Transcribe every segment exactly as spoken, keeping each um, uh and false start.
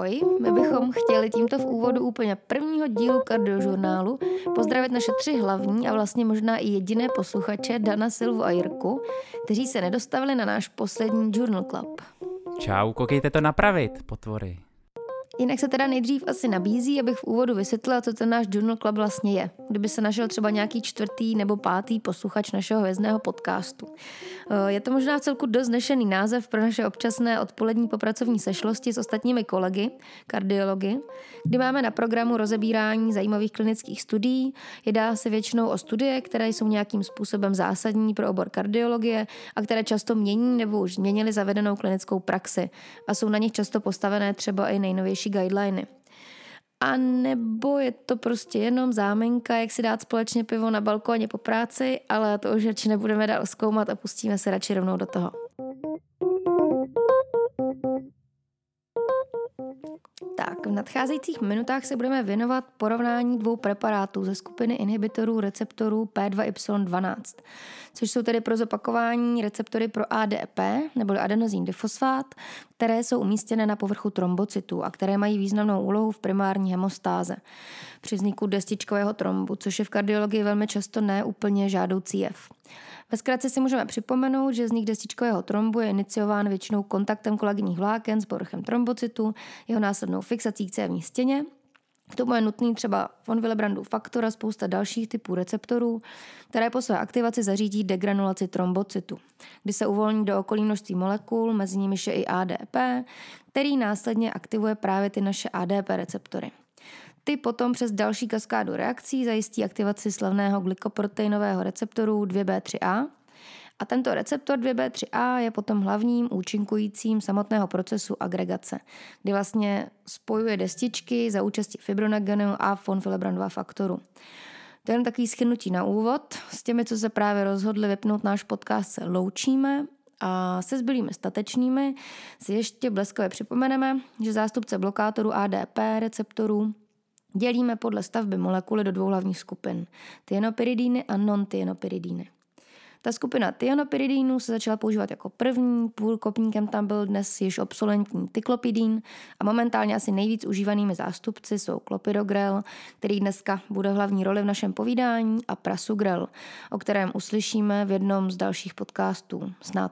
Ahoj, my bychom chtěli tímto v úvodu úplně prvního dílu Kardiožurnálu pozdravit naše tři hlavní a vlastně možná i jediné posluchače Dana, Silvu a Jirku, kteří se nedostavili na náš poslední Journal Club. Čau, koukejte to napravit, potvory. Jinak se teda nejdřív asi nabízí, abych v úvodu vysvětlila, co ten náš Journal Club vlastně je. Kdyby se našel třeba nějaký čtvrtý nebo pátý posluchač našeho hvězdného podcastu. Je to možná v celku dost znešený název pro naše občasné odpolední popracovní sešlosti s ostatními kolegy, kardiology, kdy máme na programu rozebírání zajímavých klinických studií. Jedná se většinou o studie, které jsou nějakým způsobem zásadní pro obor kardiologie a které často mění nebo už změnily zavedenou klinickou praxi a jsou na nich často postavené třeba i nejnovější guideliny. A nebo je to prostě jenom záminka, jak si dát společně pivo na balkóně po práci, ale to už radši nebudeme dál zkoumat a pustíme se radši rovnou do toho. Tak, v nadcházejících minutách se budeme věnovat porovnání dvou preparátů ze skupiny inhibitorů receptorů P dva Y dvanáct, což jsou tedy pro zopakování receptory pro A D P, neboli adenozín difosfát, které jsou umístěné na povrchu trombocytů a které mají významnou úlohu v primární hemostáze při vzniku destičkového trombu, což je v kardiologii velmi často neúplně žádoucí jev. Ve zkratce si můžeme připomenout, že vznik destičkového trombu je iniciován většinou kontaktem kolagenních vláken s povrchem trombocytu, jeho následnou fixací k cévní stěně. K tomu je nutný třeba von Willebrandův faktor a spousta dalších typů receptorů, které po své aktivaci zařídí degranulaci trombocytu, kdy se uvolní do okolí množství molekul, mezi nimiž je i A D P, který následně aktivuje právě ty naše A D P receptory. Ty potom přes další kaskádu reakcí zajistí aktivaci slavného glykoproteinového receptoru dva B tři A. A tento receptor dva B tři A je potom hlavním účinkujícím samotného procesu agregace, kdy vlastně spojuje destičky za účasti fibronegenu a von Willebrandova faktoru. To je jen takový shrnutí na úvod. S těmi, co se právě rozhodli vypnout náš podcast, se loučíme. A se zbylými statečnými si ještě bleskově připomeneme, že zástupce blokátorů A D P receptorů dělíme podle stavby molekuly do dvou hlavních skupin, tyanopyridíny a non-tyanopyridíny. Ta skupina tyanopyridínů se začala používat jako první, průkopníkem tam byl dnes již obsolentní tyklopidín a momentálně asi nejvíc užívanými zástupci jsou klopidogrel, který dneska bude hlavní roli v našem povídání, a prasugrel, o kterém uslyšíme v jednom z dalších podcastů, snad.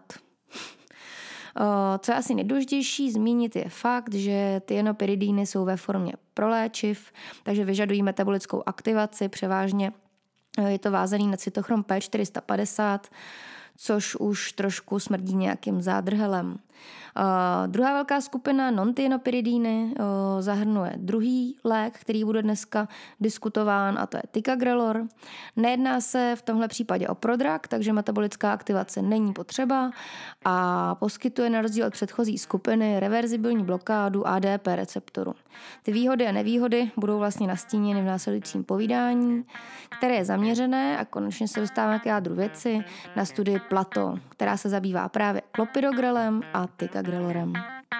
Co je asi nejdůležitější zmínit je fakt, že tyanopyridíny jsou ve formě proléčiv, takže vyžadují metabolickou aktivaci, převážně je to vázaný na cytochrom P čtyři sta padesát, což už trošku smrdí nějakým zádrhelem. Uh, druhá velká skupina non-tyanopyridíny uh, zahrnuje druhý lék, který bude dneska diskutován, a to je ticagrelor. Nejedná se v tomhle případě o prodrug, takže metabolická aktivace není potřeba a poskytuje na rozdíl od předchozí skupiny reverzibilní blokádu A D P receptoru. Ty výhody a nevýhody budou vlastně nastíněny v následujícím povídání, které je zaměřené, a konečně se dostáváme k jádru věci, na studii Plato, která se zabývá právě klopidogrelem a ticagrelorem.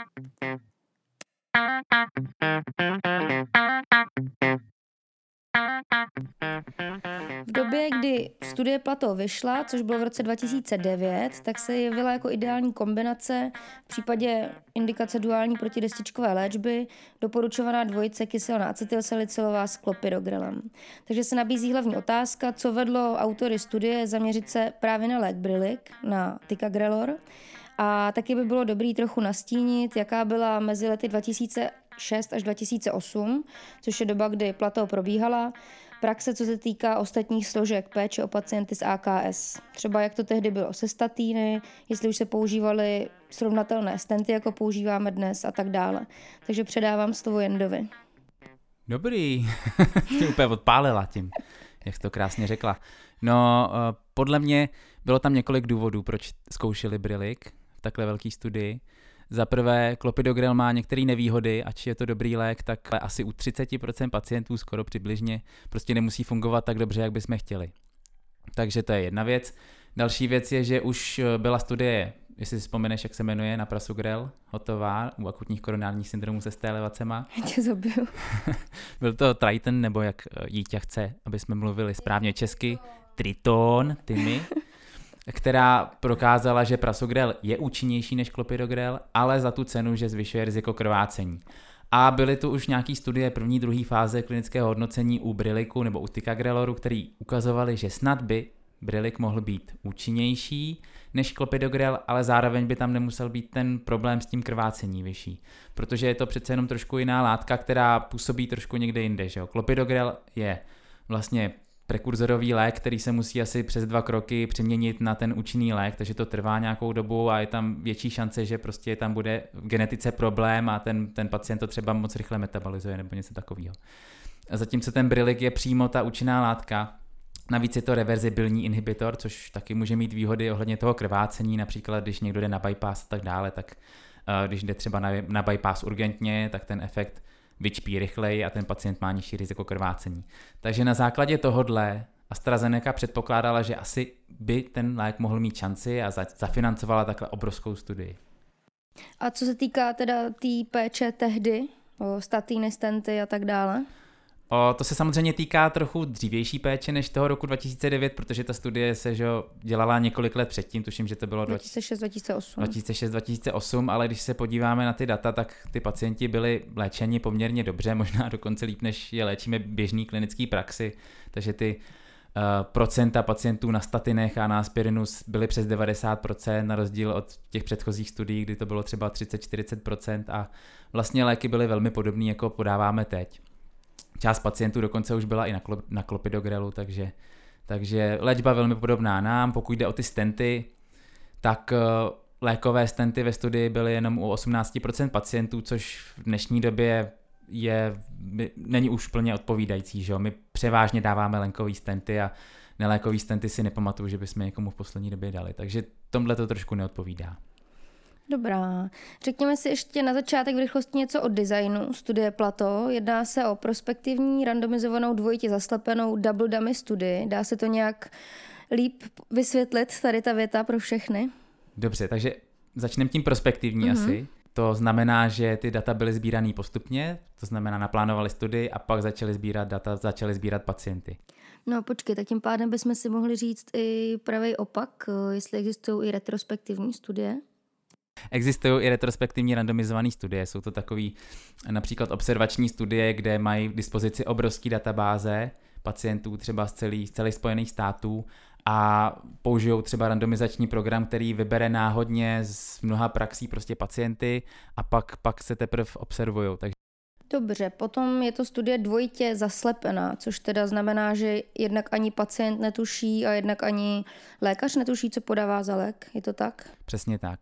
V době, kdy studie Plato vyšla, což bylo v roce dva tisíce devět, tak se jevila jako ideální kombinace v případě indikace duální protidestičkové léčby doporučovaná dvojice kyselná acetylsalicylová s klopidogrelem. Takže se nabízí hlavní otázka, co vedlo autory studie zaměřit se právě na lék Brilik, na ticagrelor. A taky by bylo dobrý trochu nastínit, jaká byla mezi lety dva tisíce šest až dva tisíce osm, což je doba, kdy Plato probíhala, praxe, co se týká ostatních složek péče o pacienty s A K S. Třeba jak to tehdy bylo se statíny, jestli už se používaly srovnatelné stenty, jako používáme dnes a tak dále. Takže předávám slovo Jendovi. Dobrý, jsi úplně odpálila tím, jak jsi to krásně řekla. No, podle mě bylo tam několik důvodů, proč zkoušeli Brilik v takhle velké studii. Za prvé, klopidogrel má některé nevýhody, ač je to dobrý lék, tak asi u třicet procent pacientů skoro přibližně prostě nemusí fungovat tak dobře, jak bychom chtěli. Takže to je jedna věc. Další věc je, že už byla studie, jestli si vzpomeneš, jak se jmenuje, na prasugrel, hotová u akutních koronárních syndromů se stélovacema. Já tě zabiju. Byl to Triton, nebo jak dítě chce, aby jsme mluvili správně česky, Triton, Timmy, která prokázala, že prasugrel je účinnější než klopidogrel, ale za tu cenu, že zvyšuje riziko krvácení. A byly tu už nějaký studie první, druhé fáze klinického hodnocení u Briliku nebo u Ticagrelloru, který ukazovali, že snad by Brilik mohl být účinnější než Clopidogrel, ale zároveň by tam nemusel být ten problém s tím krvácení vyšší. Protože je to přece jenom trošku jiná látka, která působí trošku někde jinde. Že jo? Clopidogrel je vlastně prekurzorový lék, který se musí asi přes dva kroky přeměnit na ten účinný lék, takže to trvá nějakou dobu a je tam větší šance, že prostě tam bude v genetice problém a ten, ten pacient to třeba moc rychle metabolizuje nebo něco takového. A zatímco ten Brilik je přímo ta účinná látka, navíc je to reverzibilní inhibitor, což taky může mít výhody ohledně toho krvácení, například když někdo jde na bypass a tak dále, tak uh, když jde třeba na, na bypass urgentně, tak ten efekt vyčpí rychleji a ten pacient má nižší riziko krvácení. Takže na základě tohodle AstraZeneca předpokládala, že asi by ten lék mohl mít šanci a za, zafinancovala takhle obrovskou studii. A co se týká teda té tý péče tehdy, o statiny, stenty a tak dále? O, to se samozřejmě týká trochu dřívější péče než toho roku dva tisíce devět, protože ta studie se že, dělala několik let předtím, tuším, že to bylo dva tisíce šest dva tisíce osm. dva tisíce šest dva tisíce osm, ale když se podíváme na ty data, tak ty pacienti byli léčeni poměrně dobře, možná dokonce líp, než je léčíme běžný klinický praxi, takže ty uh, procenta pacientů na statinech a na aspirinu byly přes devadesát procent, na rozdíl od těch předchozích studií, kdy to bylo třeba třicet až čtyřicet procent a vlastně léky byly velmi podobné, jako podáváme teď. Část pacientů dokonce už byla i na, klop, na Clopidogrelu, takže, takže léčba velmi podobná nám. Pokud jde o ty stenty, tak uh, lékové stenty ve studii byly jenom u osmnáct procent pacientů, což v dnešní době je, není už plně odpovídající. Že? My převážně dáváme lékové stenty a nelékové stenty si nepamatuju, že bychom někomu v poslední době dali. Takže tomhle to trošku neodpovídá. Dobrá. Řekněme si ještě na začátek v rychlosti něco o designu studie Plato. Jedná se o prospektivní, randomizovanou, dvojitě zaslepenou double dummy studii. Dá se to nějak líp vysvětlit, tady ta věta pro všechny? Dobře, takže začneme tím prospektivní mm-hmm. asi. To znamená, že ty data byly sbírané postupně, to znamená naplánovali studii a pak začali sbírat data, začali sbírat pacienty. No počkej, tak tím pádem bychom si mohli říct i pravý opak, jestli existují i retrospektivní studie. Existují i retrospektivní randomizované studie, jsou to takový například observační studie, kde mají k dispozici obrovské databáze pacientů třeba z celých, z celých Spojených států a použijou třeba randomizační program, který vybere náhodně z mnoha praxí prostě pacienty a pak, pak se teprve observujou. Takže... Dobře, potom je to studie dvojitě zaslepená, což teda znamená, že jednak ani pacient netuší a jednak ani lékař netuší, co podává za lék. Je to tak? Přesně tak.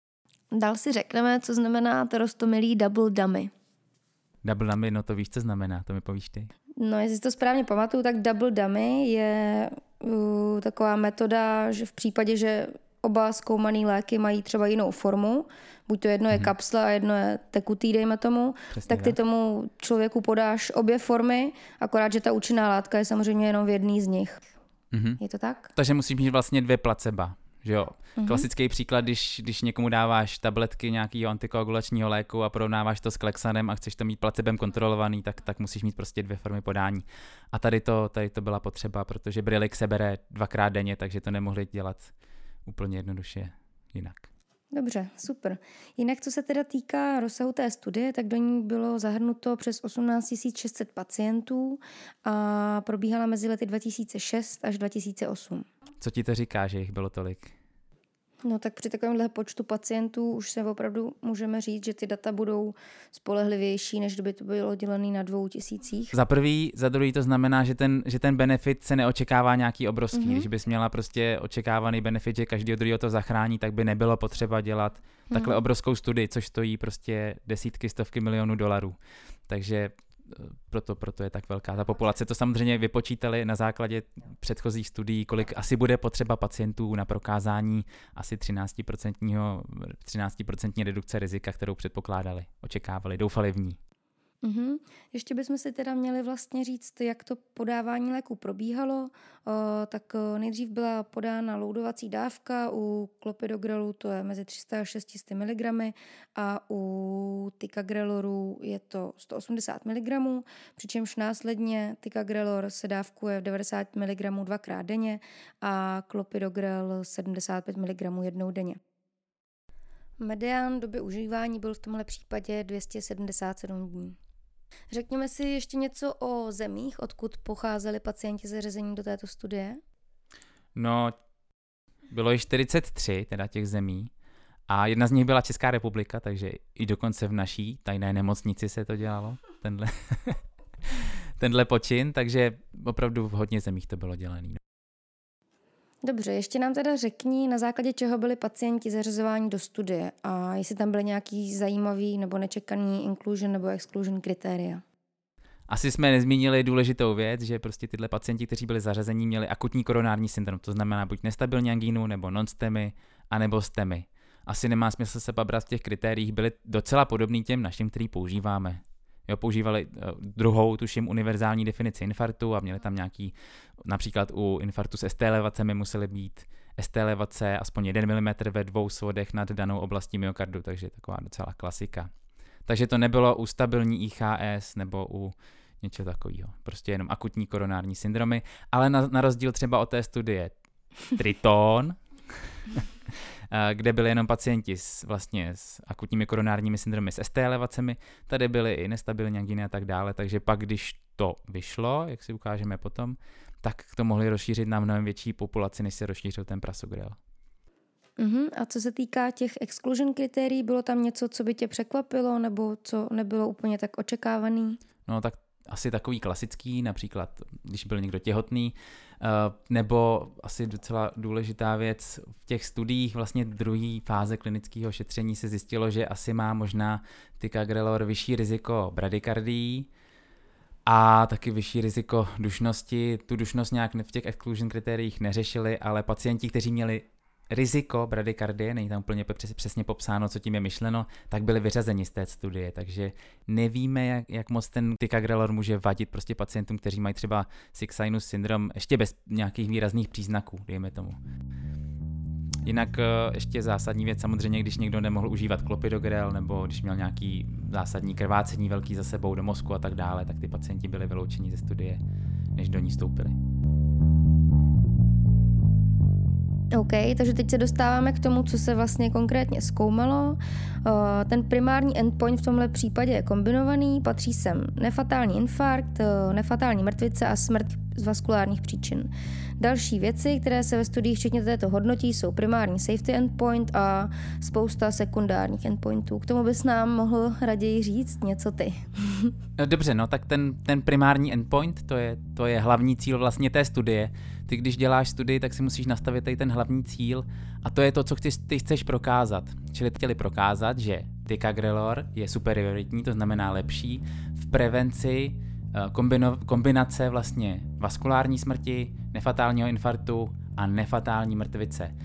Dál si řekneme, co znamená to roztomilý double dummy. Double dummy, no to víš, co znamená, to mi povíš ty. No, jestli to správně pamatuju, tak double dummy je uh, taková metoda, že v případě, že oba zkoumaný léky mají třeba jinou formu, buď to jedno je mm-hmm. kapsle a jedno je tekutý, dejme tomu, Přesně tak ty tak. tomu člověku podáš obě formy, akorát, že ta účinná látka je samozřejmě jenom v jedný z nich. Mm-hmm. Je to tak? Takže musíš mít vlastně dvě placeba. Že jo. Mm-hmm. Klasický příklad, když, když někomu dáváš tabletky nějakého antikoagulačního léku a porovnáváš to s Klexanem a chceš to mít placebem kontrolovaný, tak, tak musíš mít prostě dvě formy podání. A tady to, tady to byla potřeba, protože Brilik se bere dvakrát denně, takže to nemohli dělat úplně jednoduše jinak. Dobře, super. Jinak, co se teda týká rozsahu té studie, tak do ní bylo zahrnuto přes osmnáct tisíc šest set pacientů a probíhala mezi lety dva tisíce šest až dva tisíce osm. Co ti to říká, že jich bylo tolik? No tak při takovémhle počtu pacientů už se opravdu můžeme říct, že ty data budou spolehlivější, než kdyby to bylo dělené na dvou tisících. Za prvý, za druhý to znamená, že ten, že ten benefit se neočekává nějaký obrovský. Mm-hmm. Když bys měla prostě očekávaný benefit, že každý druhého to zachrání, tak by nebylo potřeba dělat mm-hmm. takhle obrovskou studii, což stojí prostě desítky, stovky milionů dolarů. Takže proto, proto je tak velká ta populace. To samozřejmě vypočítali na základě předchozích studií, kolik asi bude potřeba pacientů na prokázání asi třináct procent redukce rizika, kterou předpokládali, očekávali, doufali v ní. Mm-hmm. Ještě bychom si teda měli vlastně říct, jak to podávání léku probíhalo. Uh, tak nejdřív byla podána loudovací dávka, u Clopidogrelu to je mezi tři sta až šest set miligramy a u Ticagrelloru je to sto osmdesát miligramů, přičemž následně Ticagrellor se dávkuje v devadesát miligramů dvakrát denně a Clopidogrel sedmdesát pět miligramů jednou denně. Medián doby užívání byl v tomhle případě dvě stě sedmdesát sedm dní. Řekněme si ještě něco o zemích, odkud pocházeli pacienti zařazení do této studie. No, bylo jich čtyřicet tři teda těch zemí a jedna z nich byla Česká republika, takže i dokonce v naší tajné nemocnici se to dělalo, tenhle, tenhle počin, takže opravdu v hodně zemích to bylo dělané. Dobře, ještě nám teda řekni, na základě čeho byli pacienti zařazováni do studie a jestli tam byly nějaký zajímavý nebo nečekaný inclusion nebo exclusion kritéria. Asi jsme nezmínili důležitou věc, že prostě tyhle pacienti, kteří byli zařazení, měli akutní koronární syndrom, to znamená buď nestabilní angínu, nebo non-STEMI, anebo STEMI. Asi nemá smysl se pobrat v těch kritériích, byly docela podobný těm našim, který používáme. Jo, používali druhou, tuším, univerzální definici infarktu a měli tam nějaký, například u infarktu s S T elevacemi musely být S T elevace aspoň jeden milimetr ve dvou svodech nad danou oblastí myokardu, takže taková docela klasika. Takže to nebylo u stabilní I H S nebo u něčeho takového. Prostě jenom akutní koronární syndromy, ale na, na rozdíl třeba od té studie Triton, kde byli jenom pacienti s, vlastně s akutními koronárními syndromy s S T elevacemi, tady byly i nestabilní angíny a tak dále, takže pak, když to vyšlo, jak si ukážeme potom, tak to mohli rozšířit na mnohem větší populaci, než se rozšířil ten prasugrel. Uh-huh. A co se týká těch exclusion kritérií, bylo tam něco, co by tě překvapilo, nebo co nebylo úplně tak očekávaný? No tak asi takový klasický, například když byl někdo těhotný, nebo asi docela důležitá věc, v těch studiích vlastně druhé fáze klinického šetření se zjistilo, že asi má možná ticagrelor vyšší riziko bradykardií a taky vyšší riziko dušnosti. Tu dušnost nějak v těch exclusion kritériích neřešili, ale pacienti, kteří měli riziko bradykardie, není tam úplně přesně popsáno, co tím je myšleno, tak byli vyřazeni z té studie, takže nevíme, jak, jak moc ten ticagrelor může vadit prostě pacientům, kteří mají třeba sick sinus syndrom, ještě bez nějakých výrazných příznaků, dejme tomu. Jinak ještě zásadní věc, samozřejmě, když někdo nemohl užívat klopidogrel, nebo když měl nějaký zásadní krvácení velký za sebou do mozku a tak dále, tak ty pacienti byli vyloučeni ze studie, než do ní vstoupili. OK, takže teď se dostáváme k tomu, co se vlastně konkrétně zkoumalo. Ten primární endpoint v tomhle případě je kombinovaný, patří sem nefatální infarkt, nefatální mrtvice a smrt z vaskulárních příčin. Další věci, které se ve studiích včetně této hodnotí, jsou primární safety endpoint a spousta sekundárních endpointů. K tomu bys nám mohl raději říct něco ty. Dobře, no tak ten, ten primární endpoint, to je, to je hlavní cíl vlastně té studie. Ty, když děláš studii, tak si musíš nastavit tady ten hlavní cíl a to je to, co ty, ty chceš prokázat. Čili chtěli prokázat, že ticagrelor je superioritní, to znamená lepší, v prevenci kombino, kombinace vlastně vaskulární smrti, nefatálního infarktu a nefatální mrtvice.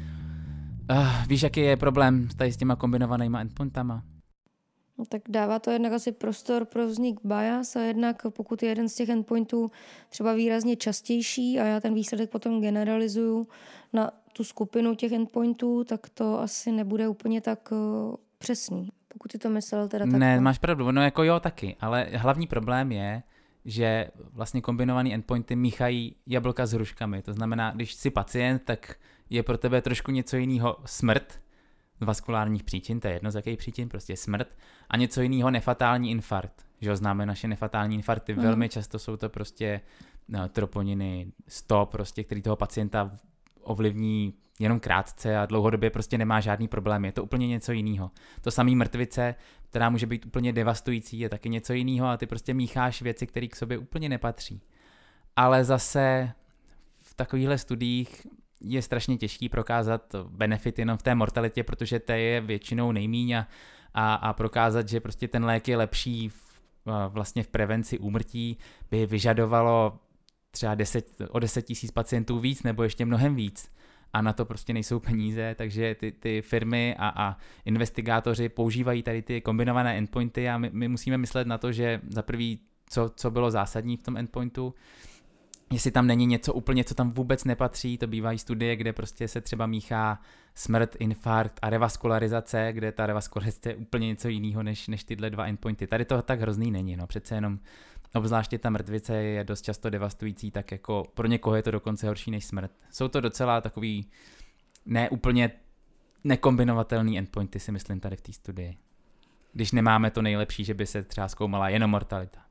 Uh, víš, jaký je problém tady s těma kombinovanýma endpointama? No, tak dává to jednak asi prostor pro vznik bias a jednak pokud je jeden z těch endpointů třeba výrazně častější a já ten výsledek potom generalizuju na tu skupinu těch endpointů, tak to asi nebude úplně tak uh, přesný. Pokud ty to myslel teda tak. Ne, máš pravdu, no jako jo taky, ale hlavní problém je, že vlastně kombinovaný endpointy míchají jablka s hruškami. To znamená, když jsi pacient, tak je pro tebe trošku něco jiného smrt z vaskulárních příčin, to je jedno z jakých příčin, prostě smrt, a něco jiného nefatální infarkt. Že známe naše nefatální infarkty, mm. velmi často jsou to prostě no, troponiny sto, prostě, který toho pacienta ovlivní jenom krátce a dlouhodobě prostě nemá žádný problém. Je to úplně něco jiného. To samý mrtvice, která může být úplně devastující, je taky něco jiného a ty prostě mícháš věci, které k sobě úplně nepatří. Ale zase v takovýchhle studiích je strašně těžký prokázat benefit jenom v té mortalitě, protože to je většinou nejmíň a, a, a prokázat, že prostě ten lék je lepší v, vlastně v prevenci úmrtí by vyžadovalo třeba deset, o deset tisíc pacientů víc nebo ještě mnohem víc. A na to prostě nejsou peníze, takže ty, ty firmy a, a investigátoři používají tady ty kombinované endpointy a my, my musíme myslet na to, že za prvý, co, co bylo zásadní v tom endpointu, jestli tam není něco úplně, co tam vůbec nepatří, to bývají studie, kde prostě se třeba míchá smrt, infarkt a revaskularizace, kde ta revaskularizace je úplně něco jiného než, než tyhle dva endpointy. Tady to tak hrozný není, no přece jenom obzvláště ta mrtvice je dost často devastující, tak jako pro někoho je to dokonce horší než smrt. Jsou to docela takový ne úplně nekombinovatelný endpointy, si myslím, tady v té studii. Když nemáme to nejlepší, že by se třeba zkoumala jenom mortalita.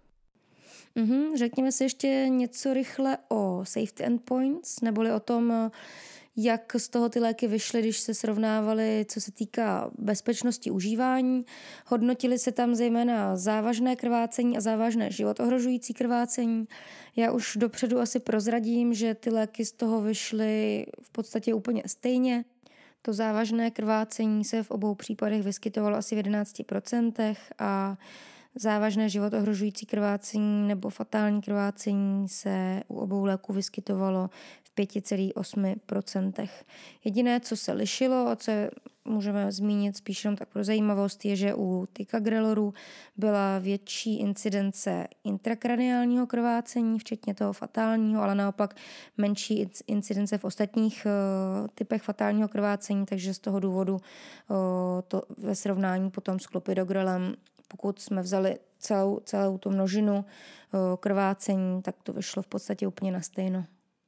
Mm-hmm, řekněme si ještě něco rychle o safety endpoints, neboli o tom, jak z toho ty léky vyšly, když se srovnávaly, co se týká bezpečnosti užívání. Hodnotily se tam zejména závažné krvácení a závažné životohrožující krvácení. Já už dopředu asi prozradím, že ty léky z toho vyšly v podstatě úplně stejně. To závažné krvácení se v obou případech vyskytovalo asi v jedenáct procent a závažné životohrožující krvácení nebo fatální krvácení se u obou léků vyskytovalo v pět celá osm procent. Jediné, co se lišilo, a co můžeme zmínit spíš jenom tak pro zajímavost, je, že u ticagrelloru byla větší incidence intrakraniálního krvácení, včetně toho fatálního, ale naopak menší incidence v ostatních uh, typech fatálního krvácení, takže z toho důvodu uh, to ve srovnání potom s klopidogrelem, pokud jsme vzali celou, celou tu množinu uh, krvácení, tak to vyšlo v podstatě úplně na stejno.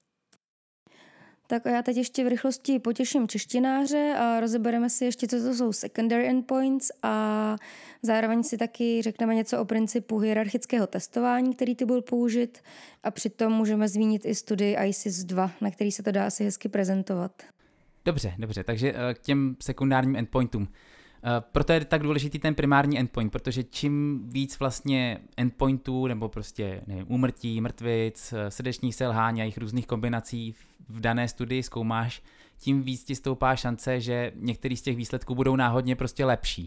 Tak a já teď ještě v rychlosti potěším češtináře a rozebereme si ještě, co to jsou secondary endpoints a zároveň si taky řekneme něco o principu hierarchického testování, který ty byl použit a přitom můžeme zmínit i studii I C I S dva, na který se to dá asi hezky prezentovat. Dobře, dobře, takže k těm sekundárním endpointům. Proto je tak důležitý ten primární endpoint, protože čím víc vlastně endpointů nebo prostě nevím, úmrtí, mrtvic, srdečních selhání a jejich různých kombinací v dané studii zkoumáš, tím víc ti stoupá šance, že některý z těch výsledků budou náhodně prostě lepší.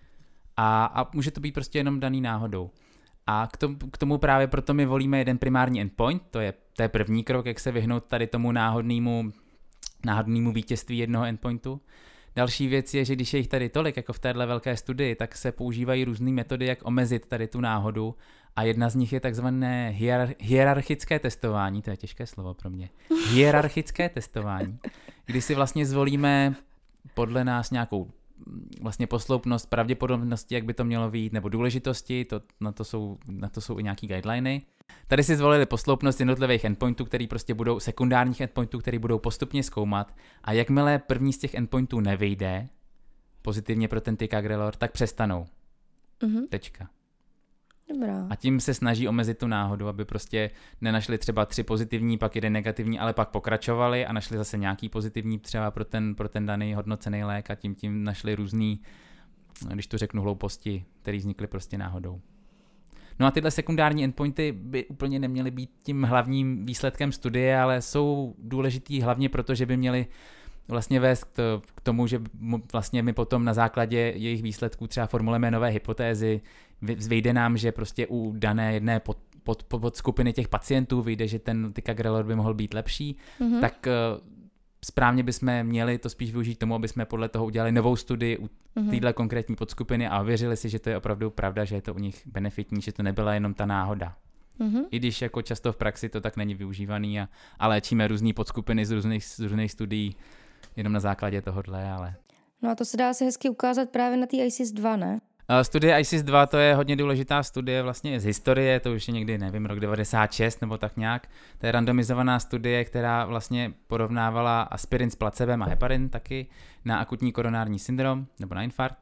A, a může to být prostě jenom daný náhodou. A k tomu, k tomu právě proto my volíme jeden primární endpoint, to je, to je první krok, jak se vyhnout tady tomu náhodnému, náhodnému vítězství jednoho endpointu. Další věc je, že když je jich tady tolik, jako v téhle velké studii, tak se používají různé metody, jak omezit tady tu náhodu a jedna z nich je takzvané hier- hierarchické testování, to je těžké slovo pro mě, hierarchické testování, kdy si vlastně zvolíme podle nás nějakou vlastně posloupnost pravděpodobnosti, jak by to mělo být, nebo důležitosti, to, na, to jsou, na to jsou i nějaký guideliny. Tady si zvolili posloupnost jednotlivých endpointů, který prostě budou sekundárních endpointů, který budou postupně zkoumat a jakmile první z těch endpointů nevyjde pozitivně pro ten ticagrelor, tak přestanou. Mm-hmm. Tečka. Dobrá. A tím se snaží omezit tu náhodu, aby prostě nenašli třeba tři pozitivní, pak jeden negativní, ale pak pokračovali a našli zase nějaký pozitivní třeba pro ten, pro ten daný hodnocený lék a tím tím našli různý, když to řeknu, hlouposti, které vznikly prostě náhodou. No a tyhle sekundární endpointy by úplně neměly být tím hlavním výsledkem studie, ale jsou důležitý hlavně proto, že by měly vlastně vést k tomu, že vlastně my potom na základě jejich výsledků třeba formulujeme nové hypotézy, vyjde nám, že prostě u dané jedné pod, pod, pod skupiny těch pacientů vyjde, že ten ticagrelor by mohl být lepší, mm-hmm. tak uh, správně bychom měli to spíš využít tomu, aby jsme podle toho udělali novou studii u mm-hmm. téhle konkrétní podskupiny a ověřili si, že to je opravdu pravda, že je to u nich benefitní, že to nebyla jenom ta náhoda. Mm-hmm. I když jako často v praxi to tak není využívaný a, a léčíme různé podskupiny z různých, z různých studií jenom na základě tohohle, ale... No a to se dá asi hezky ukázat právě na té I C I S dva, ne? Studie I C I S dva to je hodně důležitá studie vlastně z historie, to už je někdy, nevím, rok devadesát šest nebo tak nějak. To je randomizovaná studie, která vlastně porovnávala aspirin s placebem a heparin taky na akutní koronární syndrom nebo na infarkt.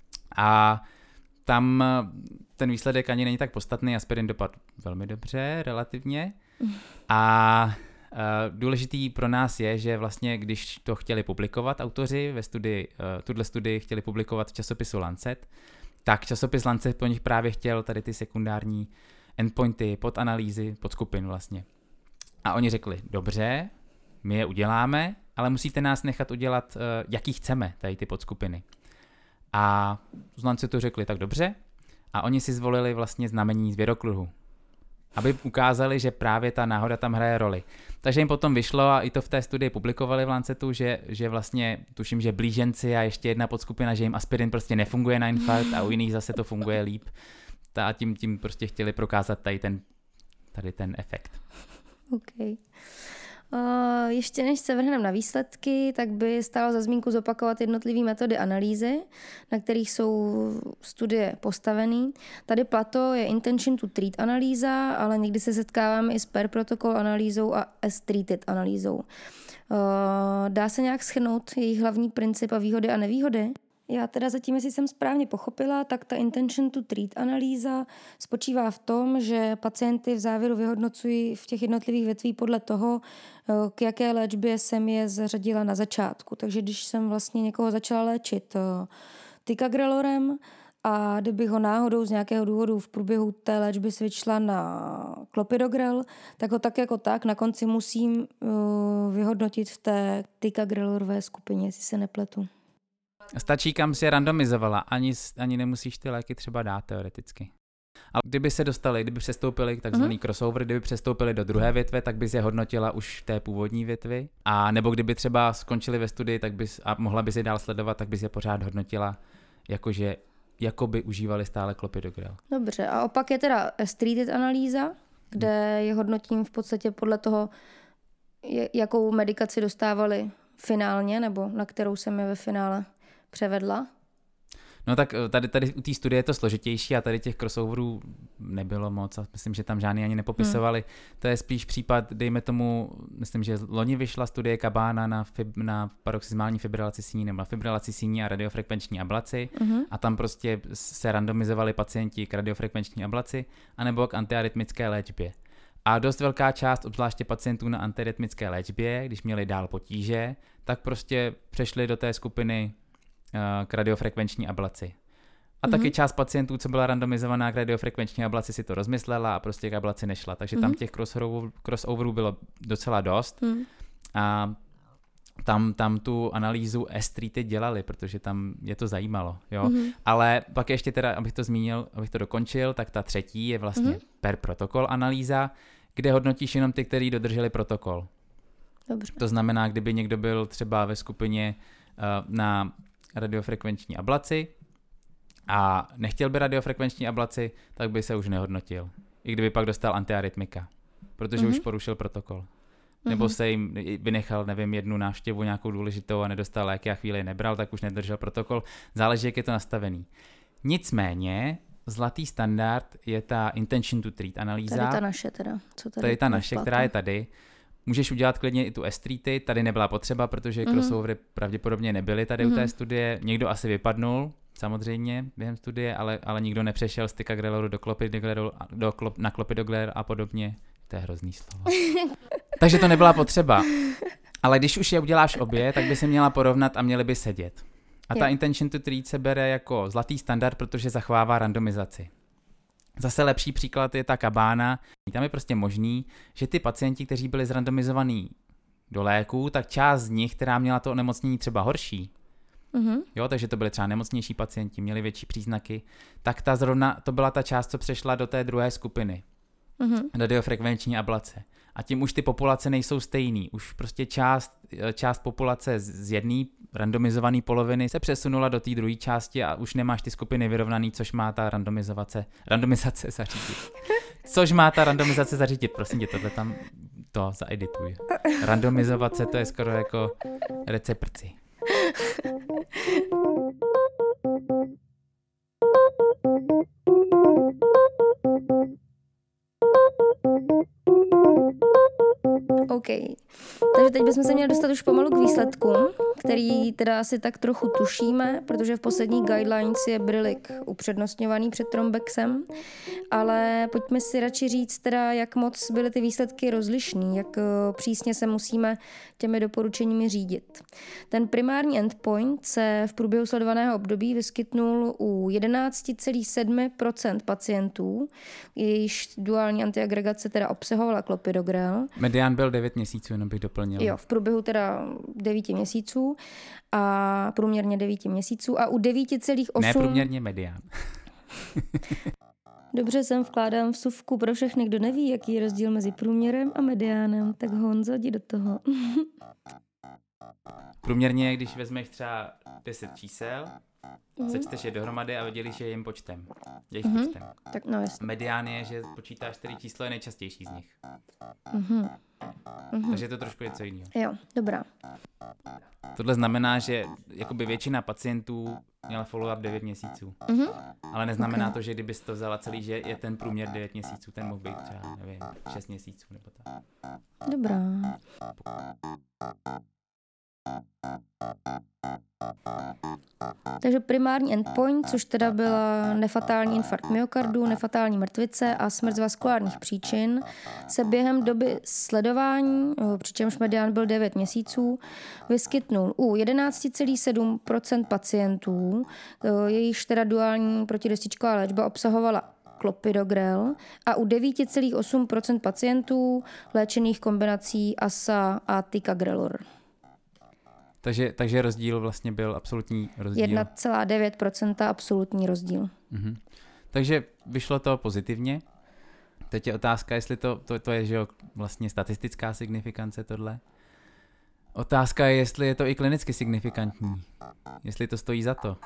A tam ten výsledek ani není tak podstatný, aspirin dopadl velmi dobře, relativně. A Uh, důležitý pro nás je, že vlastně když to chtěli publikovat autoři ve studii, uh, tuhle studii chtěli publikovat v časopisu Lancet, tak časopis Lancet po nich právě chtěl tady ty sekundární endpointy pod analýzy, pod skupin vlastně. A oni řekli, dobře, my je uděláme, ale musíte nás nechat udělat, uh, jaký chceme, tady ty podskupiny. A z Lancetu řekli, tak dobře, a oni si zvolili vlastně znamení zvěrokruhu, aby ukázali, že právě ta náhoda tam hraje roli. Takže jim potom vyšlo a i to v té studii publikovali v Lancetu, že, že vlastně tuším, že blíženci a ještě jedna podskupina, že jim aspirin prostě nefunguje na infarkt a u jiných zase to funguje líp. A tím, tím prostě chtěli prokázat tady ten, tady ten efekt. OK. Uh, ještě než se vrhneme na výsledky, tak by stálo za zmínku zopakovat jednotlivé metody analýzy, na kterých jsou studie postavený. Tady plato je intention to treat analýza, ale někdy se setkáváme i s per protocol analýzou a as treated analýzou. Uh, dá se nějak shrnout jejich hlavní princip a výhody a nevýhody? Já teda zatím, jestli jsem správně pochopila, tak ta intention to treat analýza spočívá v tom, že pacienty v závěru vyhodnocují v těch jednotlivých větví podle toho, k jaké léčbě jsem je zařadila na začátku. Takže když jsem vlastně někoho začala léčit ticagrelorem a kdybych ho náhodou z nějakého důvodu v průběhu té léčby switchla na clopidogrel, tak ho tak jako tak na konci musím vyhodnotit v té ticagrelorové skupině, jestli se nepletu. Stačí, kam si je randomizovala, ani, ani nemusíš ty léky třeba dát teoreticky. Ale kdyby se dostali, kdyby přestoupili k takzvaný uh-huh. crossover, kdyby přestoupili do druhé větve, tak bys je hodnotila už v té původní větvi. A nebo kdyby třeba skončili ve studii tak bys, a mohla bys je dál sledovat, tak bys je pořád hodnotila, jakože jako by užívali stále clopidogrel. Dobře, a opak je teda treated analýza, kde je hodnotím v podstatě podle toho, jakou medikaci dostávali finálně, nebo na kterou jsem je ve finále převedla. No tak tady, tady u té studie je to složitější a tady těch crossoverů nebylo moc a myslím, že tam žádný ani nepopisovali. Hmm. To je spíš případ, dejme tomu, myslím, že loni vyšla studie Cabana na, fib, na paroxysmální fibrilaci síní nebo na fibrilaci síní a radiofrekvenční ablaci hmm. a tam prostě se randomizovali pacienti k radiofrekvenční ablaci anebo k antiarytmické léčbě. A dost velká část, obzvláště pacientů na antiarytmické léčbě, když měli dál potíže, tak prostě přešli do té skupiny k radiofrekvenční ablaci. A mm-hmm. taky část pacientů, co byla randomizovaná k radiofrekvenční ablaci, si to rozmyslela a prostě k ablaci nešla. Takže mm-hmm. tam těch crossoverů bylo docela dost. Mm. A tam, tam tu analýzu S-treated dělali, protože tam je to zajímalo. Jo? Mm-hmm. Ale pak ještě teda, abych to zmínil, abych to dokončil, tak ta třetí je vlastně mm-hmm. per protokol analýza, kde hodnotíš jenom ty, kteří dodrželi protokol. Dobře. To znamená, kdyby někdo byl třeba ve skupině uh, na radiofrekvenční ablaci a nechtěl by radiofrekvenční ablaci, tak by se už nehodnotil. I kdyby pak dostal antiarytmika, protože mm-hmm. už porušil protokol. Mm-hmm. Nebo se jim vynechal, nevím, jednu návštěvu nějakou důležitou a nedostal léky a chvíli nebral, tak už nedržel protokol. Záleží, jak je to nastavený. Nicméně, zlatý standard je ta intention to treat analýza. Tady ta naše teda. Co tady tady ta naše, která je tady. Můžeš udělat klidně i tu S-treaty, tady nebyla potřeba, protože mm-hmm. crossovery pravděpodobně nebyly tady mm-hmm. u té studie. Někdo asi vypadnul, samozřejmě, během studie, ale, ale nikdo nepřešel z ticagreloru do clopidogleru, do klop, na clopidogler a podobně. To je hrozný slovo. Takže to nebyla potřeba. Ale když už je uděláš obě, tak by se měla porovnat a měly by sedět. A ta intention to treat se bere jako zlatý standard, protože zachovává randomizaci. Zase lepší příklad je ta Cabana. Tam je prostě možný, že ty pacienti, kteří byli zrandomizovaní do léků, tak část z nich, která měla to onemocnění třeba horší, mm-hmm. jo, takže to byly třeba nemocnější pacienti, měli větší příznaky, tak ta zrovna, to byla ta část, co přešla do té druhé skupiny, mm-hmm. radiofrekvenční ablace. A tím už ty populace nejsou stejný. Už prostě část, část populace z jedné randomizované poloviny se přesunula do té druhé části a už nemáš ty skupiny vyrovnaný, což má ta randomizace, randomizace zařídit. Což má ta randomizace zařídit. Prosím tě, tohle tam to zaedituj. Randomizovace, to je skoro jako receprci. OK. Takže teď bychom se měli dostat už pomalu k výsledkům, který teda asi tak trochu tušíme, protože v posledních guidelines je Brilik upřednostňovaný před Trombexem, ale pojďme si radši říct teda, jak moc byly ty výsledky rozlišný, jak přísně se musíme těmi doporučeními řídit. Ten primární endpoint se v průběhu sledovaného období vyskytnul u jedenáct celá sedm procenta pacientů, jejichž duální antiagregace teda obsahovala clopidogrel. Medián byl devět měsíců, jenom bych doplnil. Jo, v průběhu teda devět měsíců a průměrně devět měsíců a u devět celá osm... Ne, průměrně medián. Dobře, sem vkládám vsuvku pro všechny, kdo neví, jaký je rozdíl mezi průměrem a mediánem, tak Honzo, jdi do toho. Průměrně, když vezmeš třeba deset čísel Mm. Sečteš je dohromady a vydělíš je jejím počtem. Jejich mm. počtem. Tak no jasně. Medián je, že počítáš, který číslo je nejčastější z nich. Mm. Mm. Takže je to trošku něco jiného. Jo, dobrá. Tohle znamená, že jakoby většina pacientů měla follow-up devět měsíců. Mm. Ale neznamená okay. to, že kdybys to vzala celý, že je ten průměr devět měsíců, ten mohl být třeba, nevím, šest měsíců nebo tak. Dobrá. Takže primární endpoint, což teda byla nefatální infarkt myokardu, nefatální mrtvice a smrt z vaskulárních příčin, se během doby sledování, přičemž medián byl devět měsíců, vyskytnul u jedenáct celá sedm procenta pacientů, jejichž teda duální protidestičková léčba obsahovala klopidogrel a u devět celá osm procenta pacientů léčených kombinací A S A a ticagrelor. Takže, takže rozdíl vlastně byl absolutní rozdíl. jedna celá devět procenta absolutní rozdíl. Mhm. Takže vyšlo to pozitivně. Teď je otázka, jestli to, to, to je že jo, vlastně statistická signifikance tohle. Otázka je, jestli je to i klinicky signifikantní. Jestli to stojí za to.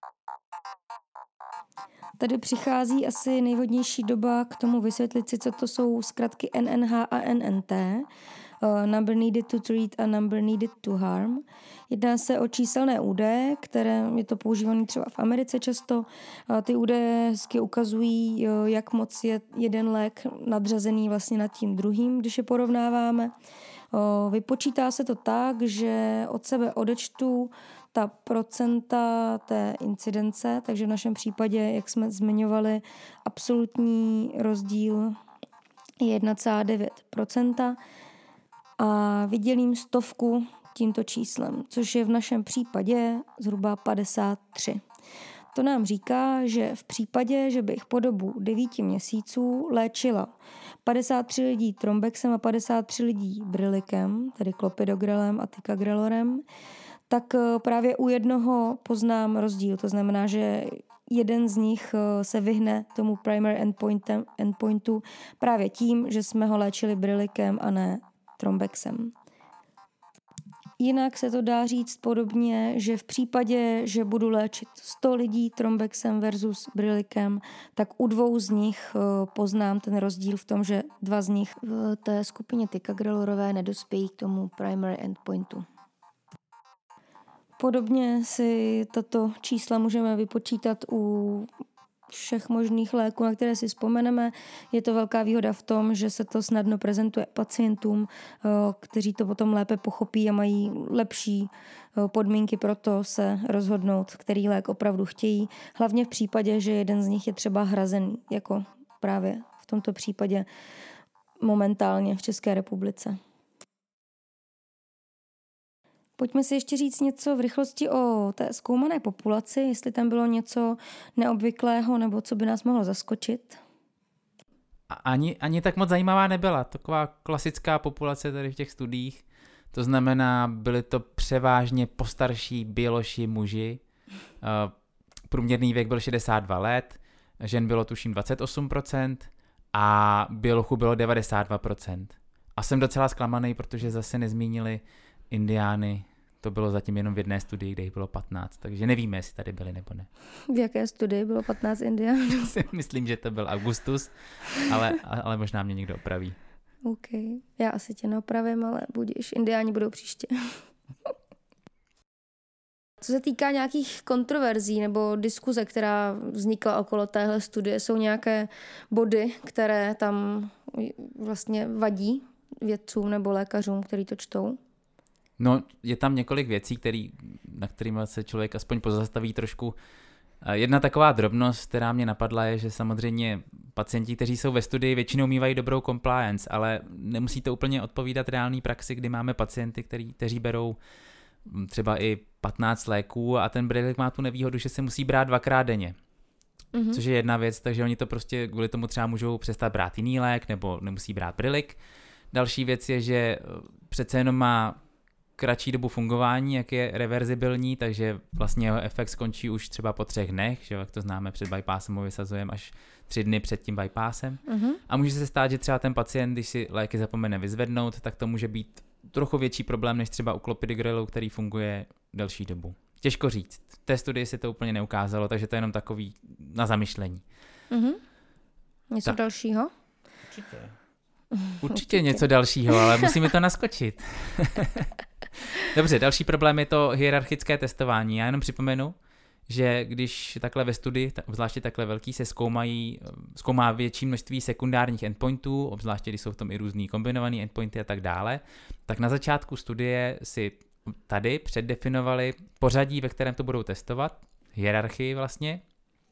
Tady přichází asi nejvhodnější doba k tomu vysvětlit si, co to jsou zkratky N N H a N N T. Uh, number needed to treat a number needed to harm. Jedná se o číselné údaje, které je to používané třeba v Americe často. Uh, ty údaje hezky ukazují, uh, jak moc je jeden lék nadřazený vlastně nad tím druhým, když je porovnáváme. Uh, vypočítá se to tak, že od sebe odečtu ta procenta té incidence, takže v našem případě, jak jsme zmiňovali, absolutní rozdíl je jedna celá devět procenta a vydělím stovku tímto číslem, což je v našem případě zhruba padesát tři. To nám říká, že v případě, že bych po dobu devíti měsíců léčila padesát tři lidí trombexem a padesát tři lidí brilikem, tedy klopidogrelem a ticagrelorem, tak právě u jednoho poznám rozdíl. To znamená, že jeden z nich se vyhne tomu primary endpointu právě tím, že jsme ho léčili brilikem a ne trombexem. Jinak se to dá říct podobně, že v případě, že budu léčit sto lidí trombexem versus brilikem, tak u dvou z nich poznám ten rozdíl v tom, že dva z nich v té skupině ticagrelorové nedospějí k tomu primary endpointu. Podobně si tato čísla můžeme vypočítat u všech možných léků, na které si vzpomeneme. Je to velká výhoda v tom, že se to snadno prezentuje pacientům, kteří to potom lépe pochopí a mají lepší podmínky pro to se rozhodnout, který lék opravdu chtějí. Hlavně v případě, že jeden z nich je třeba hrazený, jako právě v tomto případě momentálně v České republice. Pojďme si ještě říct něco v rychlosti o té zkoumané populaci, jestli tam bylo něco neobvyklého nebo co by nás mohlo zaskočit. Ani, ani tak moc zajímavá nebyla. Taková klasická populace tady v těch studiích. To znamená, byli to převážně postarší běloši muži. Průměrný věk byl šedesát dva let, žen bylo tuším dvacet osm procent a bělochů bylo devadesát dva procent. A jsem docela zklamaný, protože zase nezmínili indiány. To bylo zatím jenom v jedné studii, kde jich bylo patnáct, takže nevíme, jestli tady byli nebo ne. V jaké studii bylo patnáct indiánů? Myslím, že to byl Augustus, ale, ale možná mě někdo opraví. OK, já asi tě neopravím, ale budíš, indiáni budou příště. Co se týká nějakých kontroverzí nebo diskuze, která vznikla okolo téhle studie, jsou nějaké body, které tam vlastně vadí vědcům nebo lékařům, kteří to čtou? No, je tam několik věcí, který, na kterými se člověk aspoň pozastaví trošku. Jedna taková drobnost, která mě napadla, je, že samozřejmě pacienti, kteří jsou ve studii, většinou mývají dobrou compliance, ale nemusí to úplně odpovídat reálné praxi, kdy máme pacienty, který, kteří berou třeba i patnáct léků a ten brilik má tu nevýhodu, že se musí brát dvakrát denně. Mm-hmm. Což je jedna věc, takže oni to prostě kvůli tomu třeba můžou přestat brát jiný lék nebo nemusí brát brilik. Další věc je, že přece jenom má kratší dobu fungování, jak je reverzibilní, takže vlastně jeho efekt skončí už třeba po třech dnech, že jak to známe, před bypassem ho vysazujeme až tři dny před tím bypassem. Uh-huh. A může se stát, že třeba ten pacient, když si léky zapomene vyzvednout, tak to může být trochu větší problém, než třeba u klopidogrelu, který funguje delší dobu. Těžko říct. V té studii se to úplně neukázalo, takže to je jenom takový na zamyšlení. Mm-hmm. Něco tak. dalšího? Určitě. Určitě. Určitě něco dalšího, ale musíme to naskočit. Dobře, další problém je to hierarchické testování. Já jenom připomenu, že když takhle ve studii, obzvláště takhle velký, se zkoumají, zkoumá větší množství sekundárních endpointů, obzvláště když jsou v tom i různý kombinovaný endpointy a tak dále, tak na začátku studie si tady předdefinovali pořadí, ve kterém to budou testovat, hierarchii vlastně,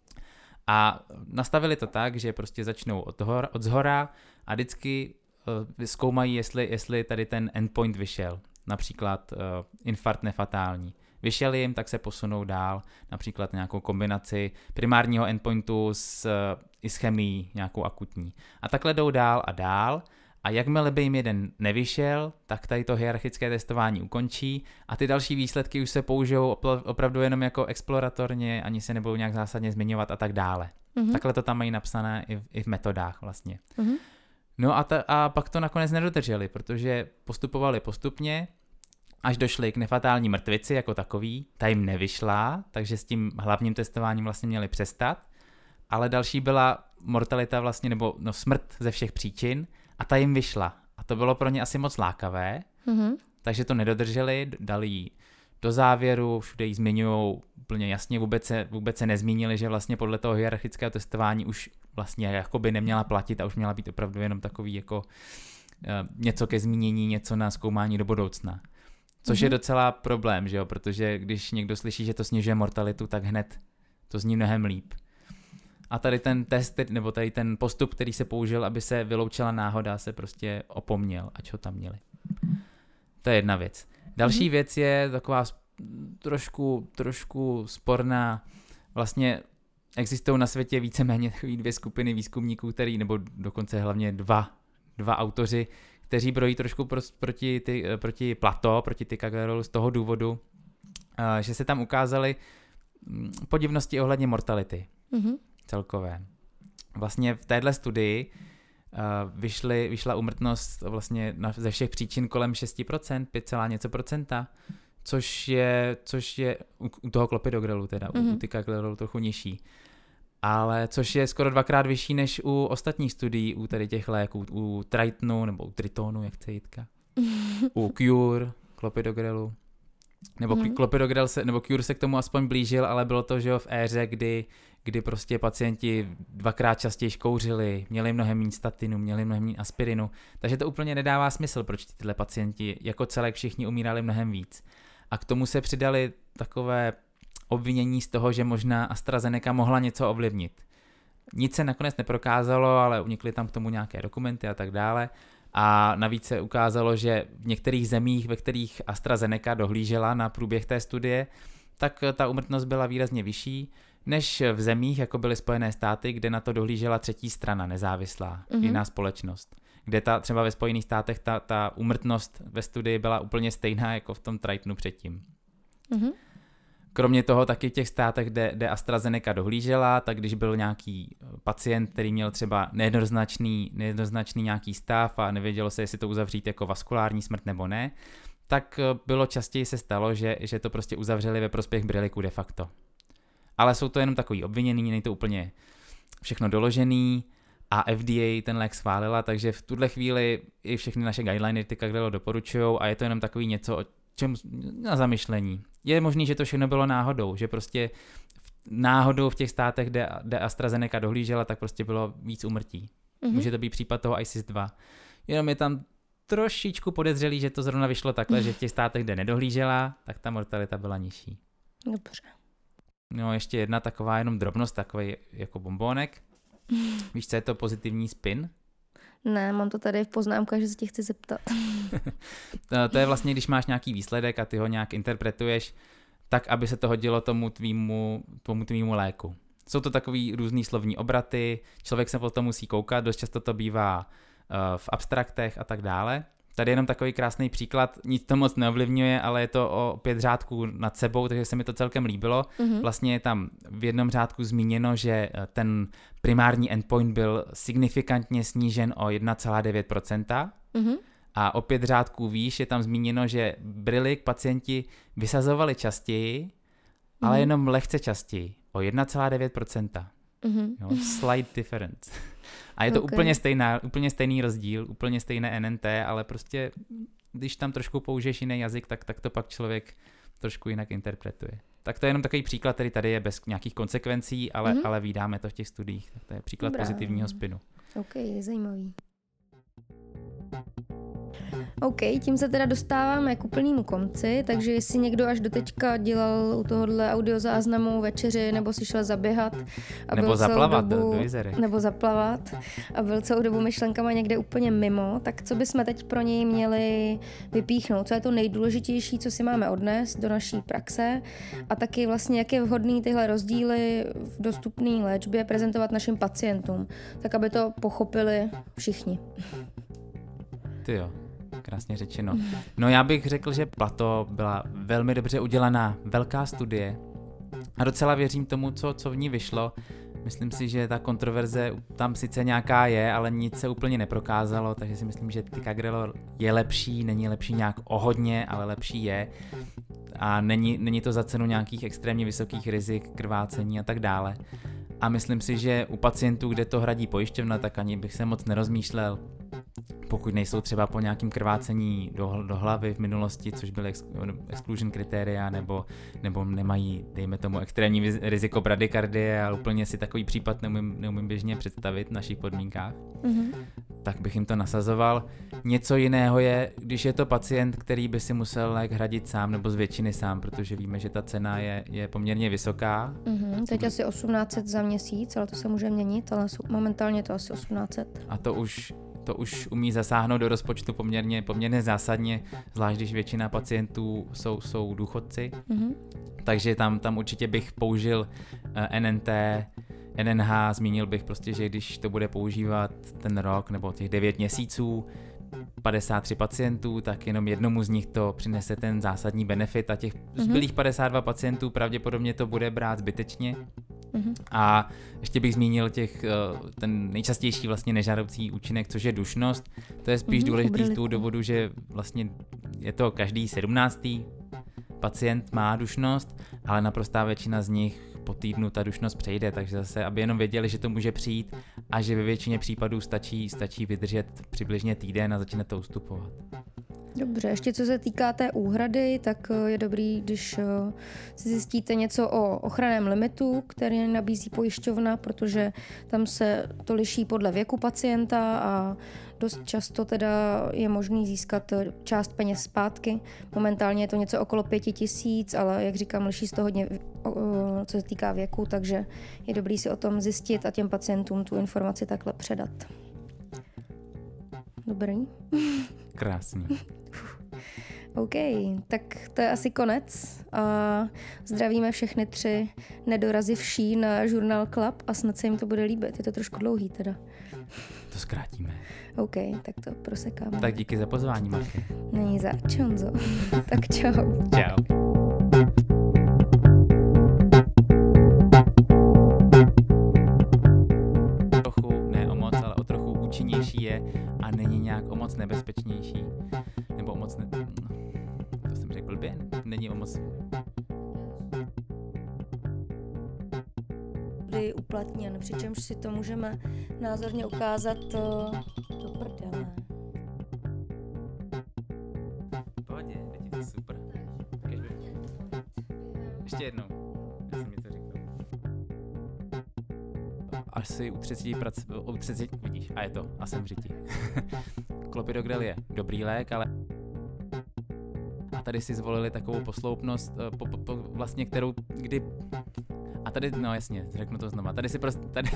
a nastavili to tak, že prostě začnou od, hor, od zhora a vždycky uh, zkoumají, jestli, jestli tady ten endpoint vyšel. Například uh, infarkt nefatální. Vyšel jim, tak se posunou dál, například nějakou kombinaci primárního endpointu s uh, ischemií, nějakou akutní. A takhle jdou dál a dál. A jakmile by jim jeden nevyšel, tak tady to hierarchické testování ukončí a ty další výsledky už se použijou opravdu jenom jako exploratorně, ani se nebudou nějak zásadně zmiňovat a tak dále. Mm-hmm. Takhle to tam mají napsané i v, i v metodách vlastně. Mm-hmm. No a, ta, a pak to nakonec nedodrželi, protože postupovali postupně, až došli k nefatální mrtvici jako takový, ta jim nevyšla, takže s tím hlavním testováním vlastně měli přestat, ale další byla mortalita vlastně, nebo no, smrt ze všech příčin, a ta jim vyšla. A to bylo pro ně asi moc lákavé, mm-hmm. takže to nedodrželi, dali ji do závěru, všude ji zmiňují úplně jasně, vůbec se, vůbec se nezmínili, že vlastně podle toho hierarchického testování už vlastně jakoby neměla platit a už měla být opravdu jenom takový jako uh, něco ke zmínění, něco na zkoumání do budoucna. Což mm-hmm. je docela problém, že jo, protože když někdo slyší, že to snižuje mortalitu, tak hned to zní mnohem líp. A tady ten test, nebo tady ten postup, který se použil, aby se vyloučila náhoda, se prostě opomněl, ať ho tam měli. To je jedna věc. Další mm-hmm. věc je taková trošku, trošku sporná. Vlastně existují na světě víceméně takový dvě skupiny výzkumníků, který, nebo dokonce hlavně dva, dva autoři, kteří brojí trošku pro, proti, ty, proti Plato, proti Ticaglerolu z toho důvodu, že se tam ukázaly podivnosti ohledně mortality. Mm-hmm. celkové. Vlastně v téhle studii uh, vyšly, vyšla úmrtnost vlastně na, ze všech příčin kolem šest procent, pět celá něco procenta, což je, což je u, u toho klopidogrelu teda, mm-hmm. u, u Ticaglerolu trochu nižší. Ale což je skoro dvakrát vyšší než u ostatních studií, u tady těch léků, u Tritonu nebo u Tritonu, jak chce Jitka, u Cure, klopidogrelu. Nebo mm-hmm. klopidogrel se, nebo Cure se k tomu aspoň blížil, ale bylo to, že jo, v éře, kdy, kdy prostě pacienti dvakrát častěji kouřili, měli mnohem méně statinu, měli mnohem méně aspirinu, takže to úplně nedává smysl, proč tyhle pacienti jako celek všichni umírali mnohem víc. A k tomu se přidali takové obvinění z toho, že možná AstraZeneca mohla něco ovlivnit. Nic se nakonec neprokázalo, ale unikly tam k tomu nějaké dokumenty a tak dále. A navíc se ukázalo, že v některých zemích, ve kterých AstraZeneca dohlížela na průběh té studie, tak ta úmrtnost byla výrazně vyšší, než v zemích, jako byly Spojené státy, kde na to dohlížela třetí strana, nezávislá, mm-hmm. jiná společnost. Kde ta, třeba ve Spojených státech ta, ta úmrtnost ve studii byla úplně stejná jako v tom Tritonu předtím. Mm-hmm. Kromě toho taky v těch státech, kde, kde AstraZeneca dohlížela, tak když byl nějaký pacient, který měl třeba nejednoznačný, nejednoznačný nějaký stav a nevědělo se, jestli to uzavřít jako vaskulární smrt nebo ne, tak bylo častěji se stalo, že, že to prostě uzavřeli ve prospěch Briliku de facto. Ale jsou to jenom takový obviněný, není to úplně všechno doložený a F D A ten lék schválila, takže v tuhle chvíli i všechny naše guideliny Ticaglerol doporučujou a je to jenom takový něco, o čem na zamyšlení. Je možný, že to všechno bylo náhodou, že prostě náhodou v těch státech, kde, kde AstraZeneca dohlížela, tak prostě bylo víc úmrtí. Mm-hmm. Může to být případ toho I C I S dva. Jenom je tam trošičku podezřelý, že to zrovna vyšlo takhle, mm. že v těch státech, kde nedohlížela, tak ta mortalita byla nižší. Dobře. No ještě jedna taková jenom drobnost, takový jako bombónek. Mm. Víš, co je to pozitivní spin? Ne, mám to tady v poznámkách, že se tě chci zeptat. to, to je vlastně, když máš nějaký výsledek a ty ho nějak interpretuješ, tak, aby se to hodilo tomu tvýmu, tomu tvýmu léku. Jsou to takový různý slovní obraty, člověk se potom musí koukat, dost často to bývá uh, v abstraktech a tak dále. Tady je jenom takový krásný příklad, nic to moc neovlivňuje, ale je to o pět řádků nad sebou, takže se mi to celkem líbilo. Mm-hmm. Vlastně je tam v jednom řádku zmíněno, že ten primární endpoint byl signifikantně snížen o jedna celá devět procenta mm-hmm. a o pět řádků výš je tam zmíněno, že Brilik pacienti vysazovali častěji ale jenom lehce častěji, o jedna celá devět procenta. Mm-hmm. Jo, slight difference. A je to okay. úplně, stejná, úplně stejný rozdíl, úplně stejné N N T, ale prostě, když tam trošku použiješ jiný jazyk, tak, tak to pak člověk trošku jinak interpretuje. Tak to je jenom takový příklad, který tady je bez nějakých konsekvencí, ale, mm-hmm. ale vídáme to v těch studiích. Tak to je příklad Dobrá. pozitivního spinu. OK, zajímavý. OK, tím se teda dostáváme k úplnému konci, takže jestli někdo až doteďka dělal u tohohle audiozáznamu večeři, nebo si šel zaběhat a nebo byl zaplavat dobu, do jezerek. Nebo zaplavat a byl celou dobu myšlenkama někde úplně mimo, tak co bychom teď pro něj měli vypíchnout? Co je to nejdůležitější, co si máme odnést do naší praxe a taky vlastně, jak je vhodný tyhle rozdíly v dostupné léčbě prezentovat našim pacientům, tak aby to pochopili všichni. Ty jo. Krásně řečeno. No já bych řekl, že Plato byla velmi dobře udělaná velká studie a docela věřím tomu, co, co v ní vyšlo. Myslím si, že ta kontroverze tam sice nějaká je, ale nic se úplně neprokázalo, takže si myslím, že ticagrelor je lepší, není lepší nějak o hodně, ale lepší je a není, není to za cenu nějakých extrémně vysokých rizik, krvácení a tak dále. A myslím si, že u pacientů, kde to hradí pojišťovna, tak ani bych se moc nerozmýšlel, pokud nejsou třeba po nějakém krvácení do, do hlavy v minulosti, což byly ex, exclusion kritéria, nebo, nebo nemají, dejme tomu, extrémní riziko bradykardie a úplně si takový případ neumím, neumím běžně představit v našich podmínkách, mm-hmm. tak bych jim to nasazoval. Něco jiného je, když je to pacient, který by si musel lék hradit sám nebo z většiny sám, protože víme, že ta cena je, je poměrně vysoká. Mm-hmm. Teď asi osmnáct set za měsíc, ale to se může měnit, ale momentálně je to asi osmnáct set. A to už to už umí zasáhnout do rozpočtu poměrně, poměrně zásadně, zvlášť když většina pacientů jsou, jsou důchodci. Mm-hmm. Takže tam, tam určitě bych použil uh, N N T, N N H, zmínil bych prostě, že když to bude používat ten rok nebo těch devět měsíců, padesát tři pacientů, tak jenom jednomu z nich to přinese ten zásadní benefit a těch mm-hmm. zbylých padesát dva pacientů pravděpodobně to bude brát zbytečně. Mm-hmm. A ještě bych zmínil těch, ten nejčastější vlastně nežádoucí účinek, což je dušnost. To je spíš mm-hmm, důležitý z toho důvodu, že vlastně je to každý sedmnáctý pacient má dušnost, ale naprostá většina z nich po týdnu ta dušnost přejde, takže zase, aby jenom věděli, že to může přijít a že ve většině případů stačí, stačí vydržet přibližně týden a začne to ustupovat. Dobře, ještě co se týká té úhrady, tak je dobrý, když si zjistíte něco o ochranném limitu, který nabízí pojišťovna, protože tam se to liší podle věku pacienta a dost často teda je možný získat část peněz zpátky. Momentálně je to něco okolo pěti tisíc, ale jak říkám, liší se to hodně, co se týká věku, takže je dobrý si o tom zjistit a těm pacientům tu informaci takhle předat. Dobrý. Krásný. OK, tak to je asi konec a zdravíme všechny tři nedorazivší na Journal Club a snad se jim to bude líbit. Je to trošku dlouhý teda. To zkrátíme. OK, tak to prosekáme. Tak díky za pozvání, Marky. Není zač, Honzo. Tak čau. Čau. Trochu, ne o moc, ale o trochu účinnější je a není nějak o moc nebezpečnější. Nebo o moc ne... To jsem řekl blbě. Není o moc... uplatněn, přičemž si to můžeme názorně ukázat to do prdele. Pohodě, teď je to super. Ještě jednou. Já jsem něco řekl. Asi u třiceti prac... U třiceti... Vidíš, a je to. A jsem v řiti. Clopidogrel je dobrý lék, ale... A tady si zvolili takovou posloupnost, po, po, po, vlastně kterou, kdy... A tady, no jasně, řeknu to znova, tady si prostě, tady...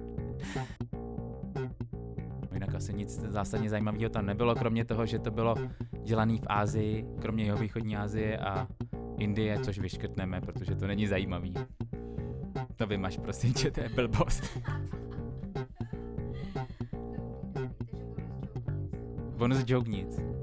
Jinak asi nic zásadně zajímavého tam nebylo, kromě toho, že to bylo dělané v Asii, kromě jihovýchodní Asie a Indie, což vyškrtneme, protože to není zajímavý. To vymaž, prosím tě, to je blbost. Bonus joke nic.